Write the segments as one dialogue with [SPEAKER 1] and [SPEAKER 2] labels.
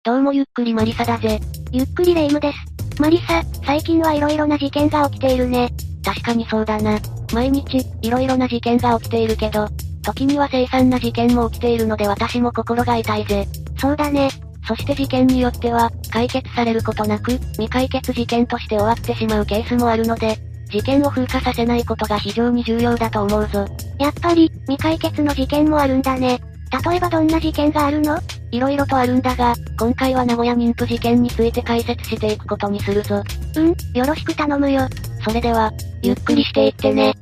[SPEAKER 1] どうもゆっくりマリサだぜ。
[SPEAKER 2] ゆっくりレ夢ムです。マリサ、最近は色々な事件が起きているね。
[SPEAKER 1] 確かにそうだな。毎日、色々な事件が起きているけど、時には凄惨な事件も起きているので私も心が痛いぜ。
[SPEAKER 2] そうだね。
[SPEAKER 1] そして事件によっては、解決されることなく、未解決事件として終わってしまうケースもあるので、事件を風化させないことが非常に重要だと思うぞ。
[SPEAKER 2] やっぱり、未解決の事件もあるんだね。例えばどんな事件があるの？
[SPEAKER 1] 色々とあるんだが、今回は名古屋妊婦事件について解説していくことにするぞ。
[SPEAKER 2] よろしく頼むよ。
[SPEAKER 1] それでは、ゆっくりしていってね。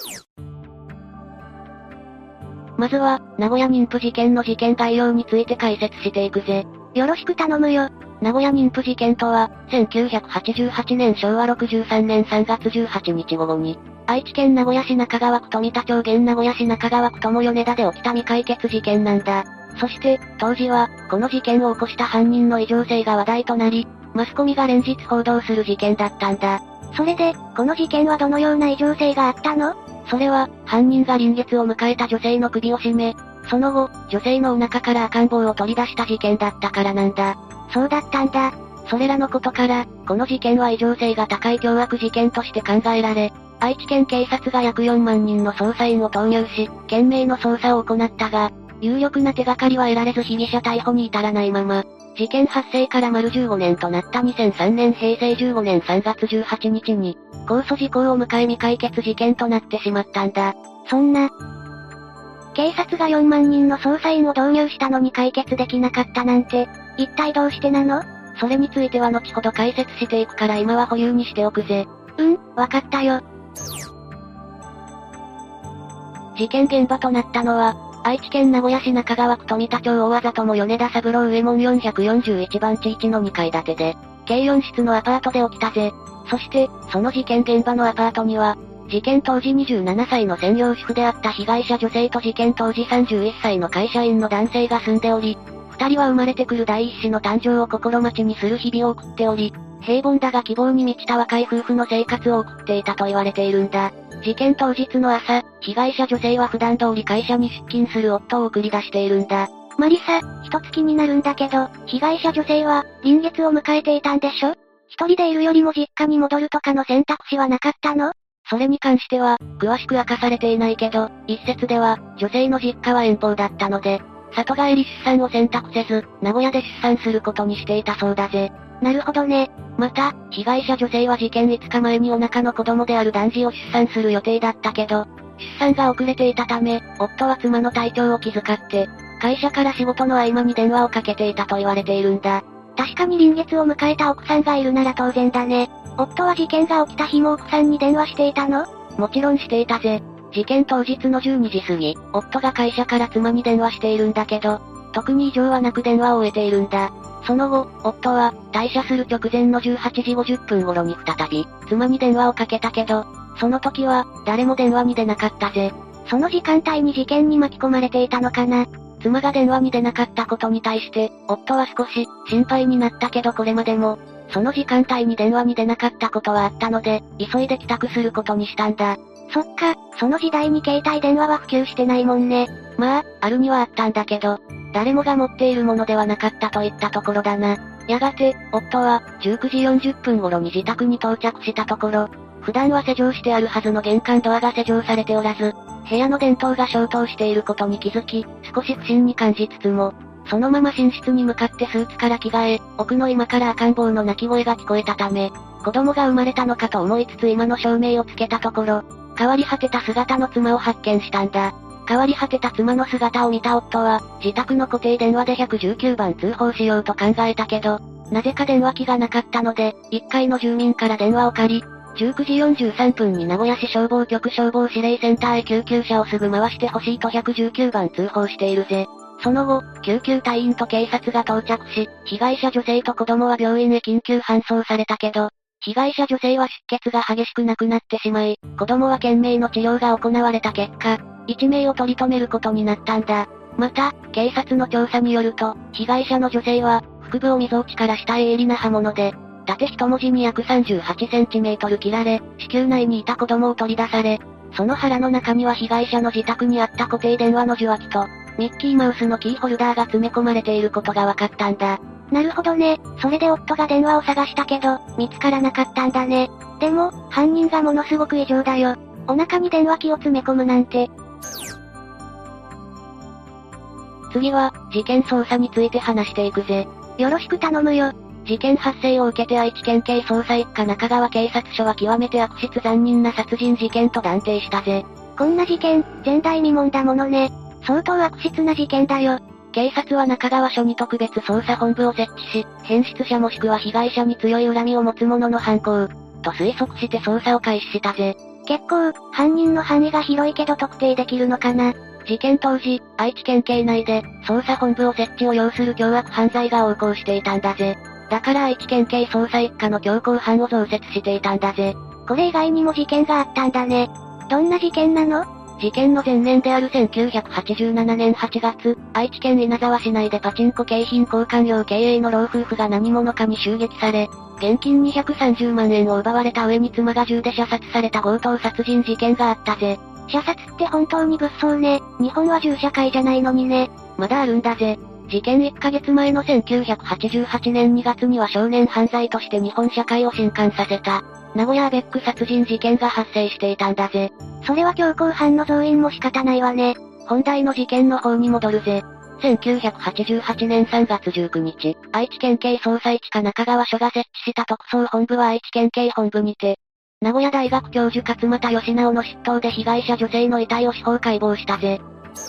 [SPEAKER 1] まずは、名古屋妊婦事件の事件概要について解説していくぜ。
[SPEAKER 2] よろしく頼むよ。
[SPEAKER 1] 名古屋妊婦事件とは、1988年昭和63年3月18日午後に、愛知県名古屋市中川区富田町現名古屋市中川区友米田で起きた未解決事件なんだ。そして、当時は、この事件を起こした犯人の異常性が話題となり、マスコミが連日報道する事件だったんだ。
[SPEAKER 2] それで、この事件はどのような異常性があったの？
[SPEAKER 1] それは、犯人が臨月を迎えた女性の首を絞め、その後、女性のお腹から赤ん坊を取り出した事件だったからなんだ。
[SPEAKER 2] そうだったんだ。
[SPEAKER 1] それらのことから、この事件は異常性が高い凶悪事件として考えられ、愛知県警察が約4万人の捜査員を投入し、懸命の捜査を行ったが、有力な手がかりは得られず被疑者逮捕に至らないまま、事件発生から丸15年となった2003年平成15年3月18日に、控訴事項を迎え未解決事件となってしまったんだ。
[SPEAKER 2] そんな、警察が4万人の捜査員を導入したのに解決できなかったなんて、一体どうしてなの？
[SPEAKER 1] それについては後ほど解説していくから今は保留にしておくぜ。
[SPEAKER 2] わかったよ。
[SPEAKER 1] 事件現場となったのは、愛知県名古屋市中川区富田町大和友米田三郎右衛門441番地1の2階建てで、計4室のアパートで起きたぜ。そして、その事件現場のアパートには、事件当時27歳の専業主婦であった被害者女性と事件当時31歳の会社員の男性が住んでおり、二人は生まれてくる第一子の誕生を心待ちにする日々を送っており、平凡だが希望に満ちた若い夫婦の生活を送っていたと言われているんだ。事件当日の朝、被害者女性は普段通り会社に出勤する夫を送り出しているんだ。
[SPEAKER 2] マリサ、一つ気になるんだけど、被害者女性は、臨月を迎えていたんでしょ？一人でいるよりも実家に戻るとかの選択肢はなかったの？
[SPEAKER 1] それに関しては、詳しく明かされていないけど、一説では、女性の実家は遠方だったので、里帰り出産を選択せず、名古屋で出産することにしていたそうだぜ。
[SPEAKER 2] なるほどね。
[SPEAKER 1] また、被害者女性は事件5日前にお腹の子供である男児を出産する予定だったけど、出産が遅れていたため、夫は妻の体調を気遣って、会社から仕事の合間に電話をかけていたと言われているんだ。
[SPEAKER 2] 確かに臨月を迎えた奥さんがいるなら当然だね。夫は事件が起きた日も奥さんに電話していたの？
[SPEAKER 1] もちろんしていたぜ。事件当日の12時過ぎ、夫が会社から妻に電話しているんだけど、特に異常はなく電話を終えているんだ。その後、夫は、退社する直前の18時50分頃に再び、妻に電話をかけたけど、その時は、誰も電話に出なかったぜ。
[SPEAKER 2] その時間帯に事件に巻き込まれていたのかな？
[SPEAKER 1] 妻が電話に出なかったことに対して、夫は少し、心配になったけどこれまでも、その時間帯に電話に出なかったことはあったので、急いで帰宅することにしたんだ。
[SPEAKER 2] そっか、その時代に携帯電話は普及してないもんね。
[SPEAKER 1] まあ、あるにはあったんだけど、誰もが持っているものではなかったといったところだな。やがて、夫は、19時40分頃に自宅に到着したところ、普段は施錠してあるはずの玄関ドアが施錠されておらず、部屋の電灯が消灯していることに気づき、少し不審に感じつつも、そのまま寝室に向かってスーツから着替え、奥の居間から赤ん坊の泣き声が聞こえたため、子供が生まれたのかと思いつつ今の照明をつけたところ、変わり果てた姿の妻を発見したんだ。変わり果てた妻の姿を見た夫は、自宅の固定電話で119番通報しようと考えたけど、なぜか電話機がなかったので、1階の住民から電話を借り、19時43分に名古屋市消防局消防指令センターへ救急車をすぐ回してほしいと119番通報しているぜ。その後、救急隊員と警察が到着し、被害者女性と子供は病院へ緊急搬送されたけど、被害者女性は出血が激しくなくなってしまい、子供は懸命の治療が行われた結果、一命を取り留めることになったんだ。また、警察の調査によると、被害者の女性は、腹部を溝落ちから下へ鋭利な刃物で、縦一文字に約38センチメートル切られ、子宮内にいた子供を取り出され、その腹の中には被害者の自宅にあった固定電話の受話器と、ミッキーマウスのキーホルダーが詰め込まれていることが分かったんだ。
[SPEAKER 2] なるほどね。それで夫が電話を探したけど、見つからなかったんだね。でも、犯人がものすごく異常だよ。お腹に電話機を詰め込むなんて。
[SPEAKER 1] 次は、事件捜査について話していくぜ。
[SPEAKER 2] よろしく頼むよ。
[SPEAKER 1] 事件発生を受けて愛知県警捜査一課中川警察署は極めて悪質残忍な殺人事件と断定したぜ。
[SPEAKER 2] こんな事件、前代未聞だものね。相当悪質な事件だよ。
[SPEAKER 1] 警察は中川署に特別捜査本部を設置し、変質者もしくは被害者に強い恨みを持つ者の犯行、と推測して捜査を開始したぜ。
[SPEAKER 2] 結構、犯人の範囲が広いけど特定できるのかな。
[SPEAKER 1] 事件当時、愛知県警内で、捜査本部を設置を要する凶悪犯罪が横行していたんだぜ。だから愛知県警捜査一課の強行犯を増設していたんだぜ。
[SPEAKER 2] これ以外にも事件があったんだね。どんな事件なの？
[SPEAKER 1] 事件の前年である1987年8月、愛知県稲沢市内でパチンコ景品交換業経営の老夫婦が何者かに襲撃され、現金230万円を奪われた上に妻が銃で射殺された強盗殺人事件があったぜ。
[SPEAKER 2] 射殺って本当に物騒ね。日本は銃社会じゃないのにね。
[SPEAKER 1] まだあるんだぜ。事件1ヶ月前の1988年2月には少年犯罪として日本社会を震撼させた、名古屋アベック殺人事件が発生していたんだぜ。
[SPEAKER 2] それは強行犯の増員も仕方ないわね。
[SPEAKER 1] 本題の事件の方に戻るぜ。1988年3月19日、愛知県警捜査一課中川署が設置した特捜本部は愛知県警本部にて、名古屋大学教授勝又義直の出頭で被害者女性の遺体を司法解剖したぜ。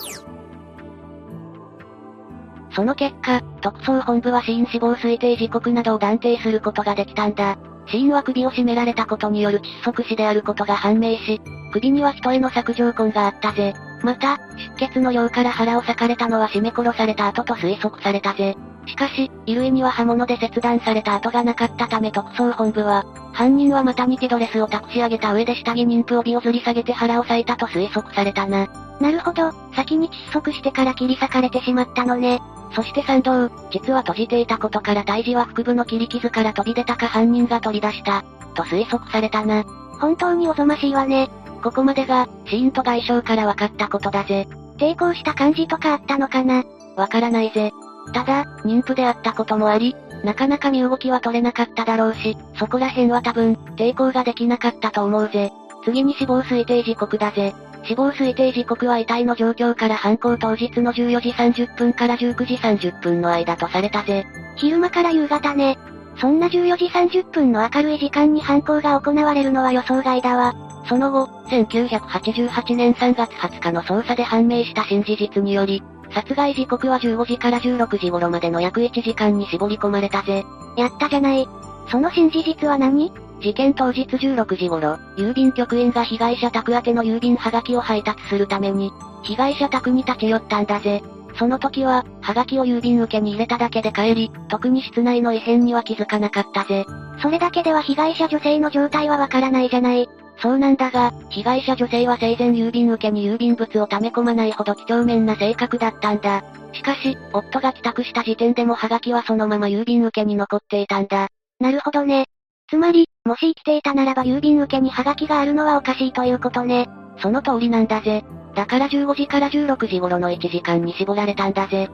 [SPEAKER 1] その結果、特捜本部は死因死亡推定時刻などを断定することができたんだ。死因は首を絞められたことによる窒息死であることが判明し、首には人への索状痕があったぜ。また、出血の量から腹を裂かれたのは絞め殺された後と推測されたぜ。しかし、衣類には刃物で切断された跡がなかったため特捜本部は、犯人はマタニティドレスを託し上げた上で下着妊婦帯をずり下げて腹を裂いたと推測されたな。
[SPEAKER 2] なるほど、先に窒息してから切り裂かれてしまったのね。
[SPEAKER 1] そして参道、実は閉じていたことから胎児は腹部の切り傷から飛び出たか犯人が取り出した、と推測されたな。
[SPEAKER 2] 本当におぞましいわね。
[SPEAKER 1] ここまでが、死因と外傷から分かったことだぜ。
[SPEAKER 2] 抵抗した感じとかあったのかな？
[SPEAKER 1] わからないぜ。ただ、妊婦であったこともあり、なかなか身動きは取れなかっただろうし、そこら辺は多分、抵抗ができなかったと思うぜ。次に死亡推定時刻だぜ。死亡推定時刻は遺体の状況から犯行当日の14時30分から19時30分の間とされたぜ。
[SPEAKER 2] 昼間から夕方ね。そんな14時30分の明るい時間に犯行が行われるのは予想外だわ。
[SPEAKER 1] その後、1988年3月20日の捜査で判明した新事実により、殺害時刻は15時から16時頃までの約1時間に絞り込まれたぜ。
[SPEAKER 2] やったじゃない。その新事実は何？
[SPEAKER 1] 事件当日16時頃、郵便局員が被害者宅宛ての郵便はがきを配達するために、被害者宅に立ち寄ったんだぜ。その時は、はがきを郵便受けに入れただけで帰り、特に室内の異変には気づかなかったぜ。
[SPEAKER 2] それだけでは被害者女性の状態はわからないじゃない。
[SPEAKER 1] そうなんだが、被害者女性は生前郵便受けに郵便物を溜め込まないほど几帳面な性格だったんだ。しかし、夫が帰宅した時点でもはがきはそのまま郵便受けに残っていたんだ。
[SPEAKER 2] なるほどね。つまり、もし生きていたならば郵便受けにはがきがあるのはおかしいということね。
[SPEAKER 1] その通りなんだぜ。だから15時から16時頃の1時間に絞られたんだぜ。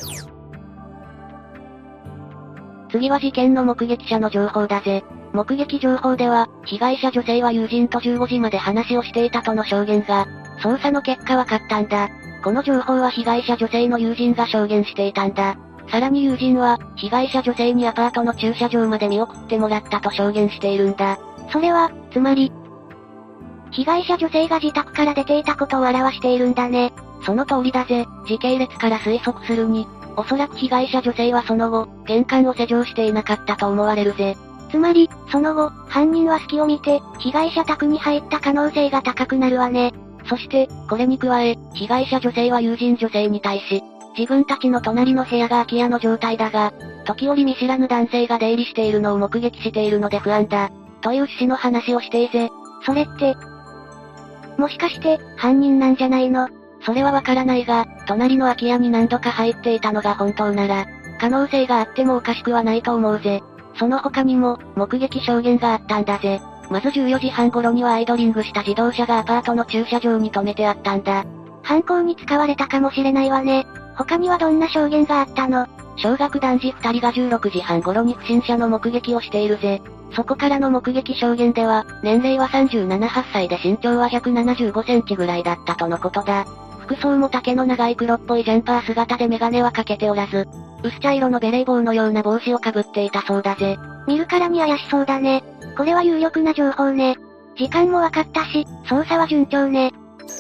[SPEAKER 1] 次は事件の目撃者の情報だぜ。目撃情報では、被害者女性は友人と15時まで話をしていたとの証言が、捜査の結果分かったんだ。この情報は被害者女性の友人が証言していたんだ。さらに友人は、被害者女性にアパートの駐車場まで見送ってもらったと証言しているんだ。
[SPEAKER 2] それは、つまり、被害者女性が自宅から出ていたことを表しているんだね。
[SPEAKER 1] その通りだぜ。時系列から推測するに、おそらく被害者女性はその後、玄関を施錠していなかったと思われるぜ。
[SPEAKER 2] つまり、その後、犯人は隙を見て、被害者宅に入った可能性が高くなるわね。
[SPEAKER 1] そして、これに加え、被害者女性は友人女性に対し、自分たちの隣の部屋が空き家の状態だが、時折見知らぬ男性が出入りしているのを目撃しているので不安だ、という趣旨の話をしていぜ。
[SPEAKER 2] それって、もしかして、犯人なんじゃないの？
[SPEAKER 1] それはわからないが、隣の空き家に何度か入っていたのが本当なら、可能性があってもおかしくはないと思うぜ。その他にも、目撃証言があったんだぜ。まず14時半頃にはアイドリングした自動車がアパートの駐車場に止めてあったんだ。
[SPEAKER 2] 犯行に使われたかもしれないわね。他にはどんな証言があったの？
[SPEAKER 1] 小学男児2人が16時半頃に不審者の目撃をしているぜ。そこからの目撃証言では、年齢は37、8歳で身長は175センチぐらいだったとのことだ。服装も丈の長い黒っぽいジャンパー姿でメガネはかけておらず、薄茶色のベレー帽のような帽子をかぶっていたそうだぜ。
[SPEAKER 2] 見るからに怪しそうだね。これは有力な情報ね。時間も分かったし、捜査は順調ね。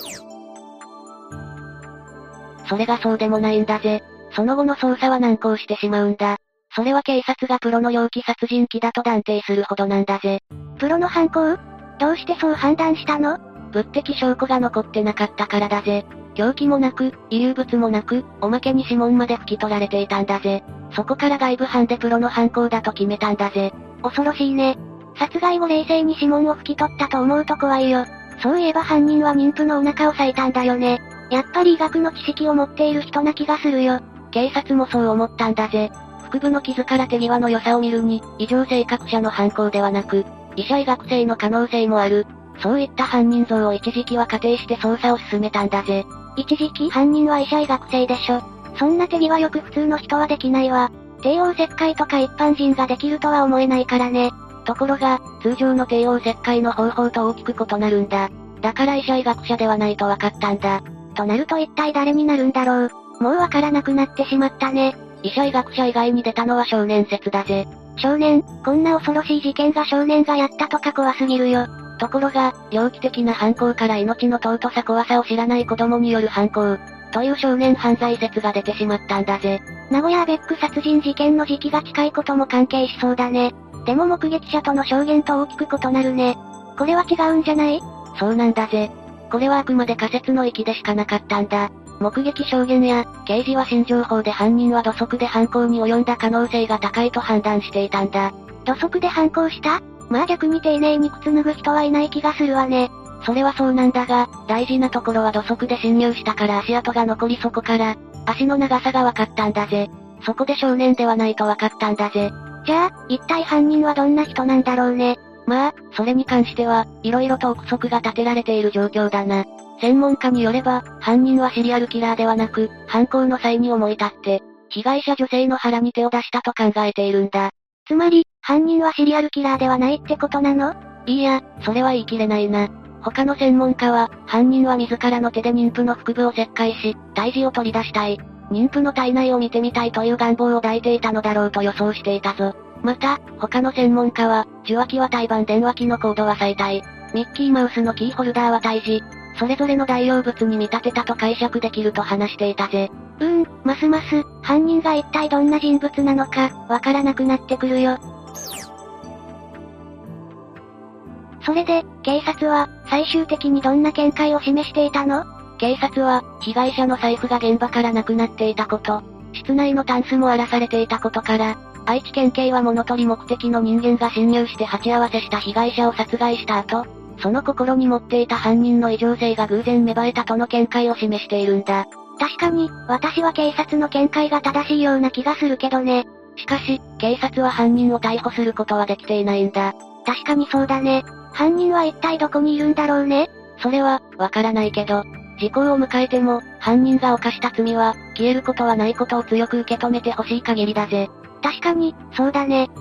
[SPEAKER 1] それがそうでもないんだぜ。その後の捜査は難航してしまうんだ。それは警察がプロの猟奇殺人鬼だと断定するほどなんだぜ。
[SPEAKER 2] プロの犯行？どうしてそう判断したの？
[SPEAKER 1] 物的証拠が残ってなかったからだぜ。凶器もなく、遺留物もなく、おまけに指紋まで拭き取られていたんだぜ。そこから外部犯でプロの犯行だと決めたんだぜ。
[SPEAKER 2] 恐ろしいね。殺害後冷静に指紋を拭き取ったと思うと怖いよ。そういえば犯人は妊婦のお腹を裂いたんだよね。やっぱり医学の知識を持っている人な気がするよ。
[SPEAKER 1] 警察もそう思ったんだぜ。腹部の傷から手際の良さを見るに、異常性格者の犯行ではなく、医者医学生の可能性もある。そういった犯人像を一時期は仮定して捜査を進めたんだぜ。
[SPEAKER 2] 一時期犯人は医者医学生でしょ。そんな手際よく普通の人はできないわ。帝王切開とか一般人ができるとは思えないからね。
[SPEAKER 1] ところが、通常の帝王切開の方法と大きく異なるんだ。だから医者医学者ではないと分かったんだ。
[SPEAKER 2] となると一体誰になるんだろう。もうわからなくなってしまったね。
[SPEAKER 1] 医者医学者以外に出たのは少年説だぜ。
[SPEAKER 2] 少年、こんな恐ろしい事件が少年がやったとか怖すぎるよ。
[SPEAKER 1] ところが、猟奇的な犯行から命の尊さ怖さを知らない子供による犯行、という少年犯罪説が出てしまったんだぜ。
[SPEAKER 2] 名古屋アベック殺人事件の時期が近いことも関係しそうだね。でも目撃者との証言と大きく異なるね。これは違うんじゃない？
[SPEAKER 1] そうなんだぜ。これはあくまで仮説の域でしかなかったんだ。目撃証言や、刑事は新情報で犯人は土足で犯行に及んだ可能性が高いと判断していたんだ。
[SPEAKER 2] 土足で犯行した？まあ逆に丁寧に靴脱ぐ人はいない気がするわね。
[SPEAKER 1] それはそうなんだが、大事なところは土足で侵入したから足跡が残りそこから、足の長さが分かったんだぜ。そこで少年ではないと分かったんだぜ。
[SPEAKER 2] じゃあ、一体犯人はどんな人なんだろうね。
[SPEAKER 1] まあ、それに関しては、色々と憶測が立てられている状況だな。専門家によれば、犯人はシリアルキラーではなく、犯行の際に思い立って、被害者女性の腹に手を出したと考えているんだ。
[SPEAKER 2] つまり、犯人はシリアルキラーではないってことなの？
[SPEAKER 1] いいや、それは言い切れないな。他の専門家は、犯人は自らの手で妊婦の腹部を切開し、胎児を取り出したい。妊婦の体内を見てみたいという願望を抱いていたのだろうと予想していたぞ。また、他の専門家は、受話器は胎盤電話機のコードは最大。ミッキーマウスのキーホルダーは胎児。それぞれの代用物に見立てたと解釈できると話していたぜ。
[SPEAKER 2] ますます、犯人が一体どんな人物なのか、わからなくなってくるよ。それで、警察は、最終的にどんな見解を示していたの？
[SPEAKER 1] 警察は、被害者の財布が現場からなくなっていたこと、室内のタンスも荒らされていたことから、愛知県警は物取り目的の人間が侵入して鉢合わせした被害者を殺害した後、その心に持っていた犯人の異常性が偶然芽生えたとの見解を示しているんだ。
[SPEAKER 2] 確かに、私は警察の見解が正しいような気がするけどね。
[SPEAKER 1] しかし、警察は犯人を逮捕することはできていないんだ。
[SPEAKER 2] 確かにそうだね。犯人は一体どこにいるんだろうね。
[SPEAKER 1] それは、わからないけど、時効を迎えても、犯人が犯した罪は、消えることはないことを強く受け止めてほしい限りだぜ。
[SPEAKER 2] 確かに、そうだね。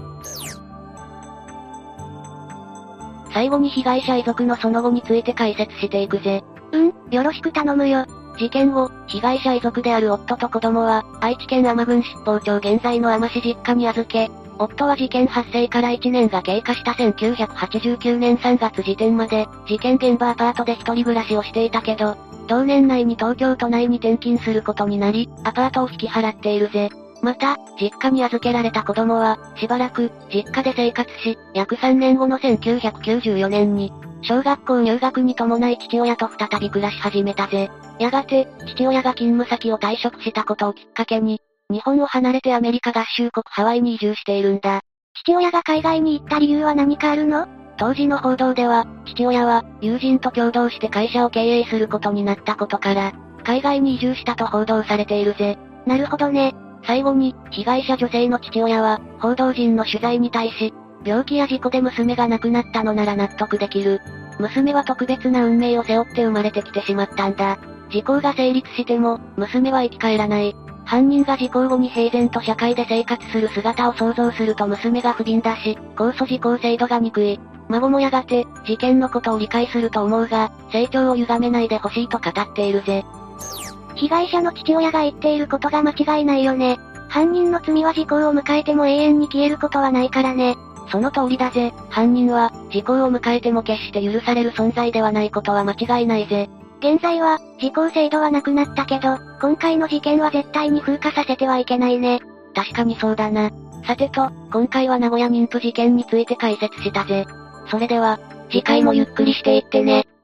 [SPEAKER 1] 最後に被害者遺族のその後について解説していくぜ。
[SPEAKER 2] よろしく頼むよ。
[SPEAKER 1] 事件後、被害者遺族である夫と子供は、愛知県海郡七宝町現在の海士実家に預け、夫は事件発生から1年が経過した1989年3月時点まで、事件現場アパートで一人暮らしをしていたけど、同年内に東京都内に転勤することになり、アパートを引き払っているぜ。また、実家に預けられた子供は、しばらく、実家で生活し、約3年後の1994年に、小学校入学に伴い父親と再び暮らし始めたぜ。やがて、父親が勤務先を退職したことをきっかけに、日本を離れてアメリカ合衆国ハワイに移住しているんだ。
[SPEAKER 2] 父親が海外に行った理由は何かあるの？
[SPEAKER 1] 当時の報道では、父親は、友人と共同して会社を経営することになったことから、海外に移住したと報道されているぜ。
[SPEAKER 2] なるほどね。
[SPEAKER 1] 最後に、被害者女性の父親は、報道陣の取材に対し、病気や事故で娘が亡くなったのなら納得できる。娘は特別な運命を背負って生まれてきてしまったんだ。時効が成立しても、娘は生き返らない。 犯人が時効後に平然と社会で生活する姿を想像すると娘が不憫だし、控訴時効制度が憎い。孫もやがて、事件のことを理解すると思うが、成長を歪めないでほしいと語っているぜ。
[SPEAKER 2] 被害者の父親が言っていることが間違いないよね。犯人の罪は時効を迎えても永遠に消えることはないからね。
[SPEAKER 1] その通りだぜ。犯人は、時効を迎えても決して許される存在ではないことは間違いないぜ。
[SPEAKER 2] 現在は、時効制度はなくなったけど、今回の事件は絶対に風化させてはいけないね。
[SPEAKER 1] 確かにそうだな。さてと、今回は名古屋妊婦事件について解説したぜ。それでは、次回もゆっくりしていってね。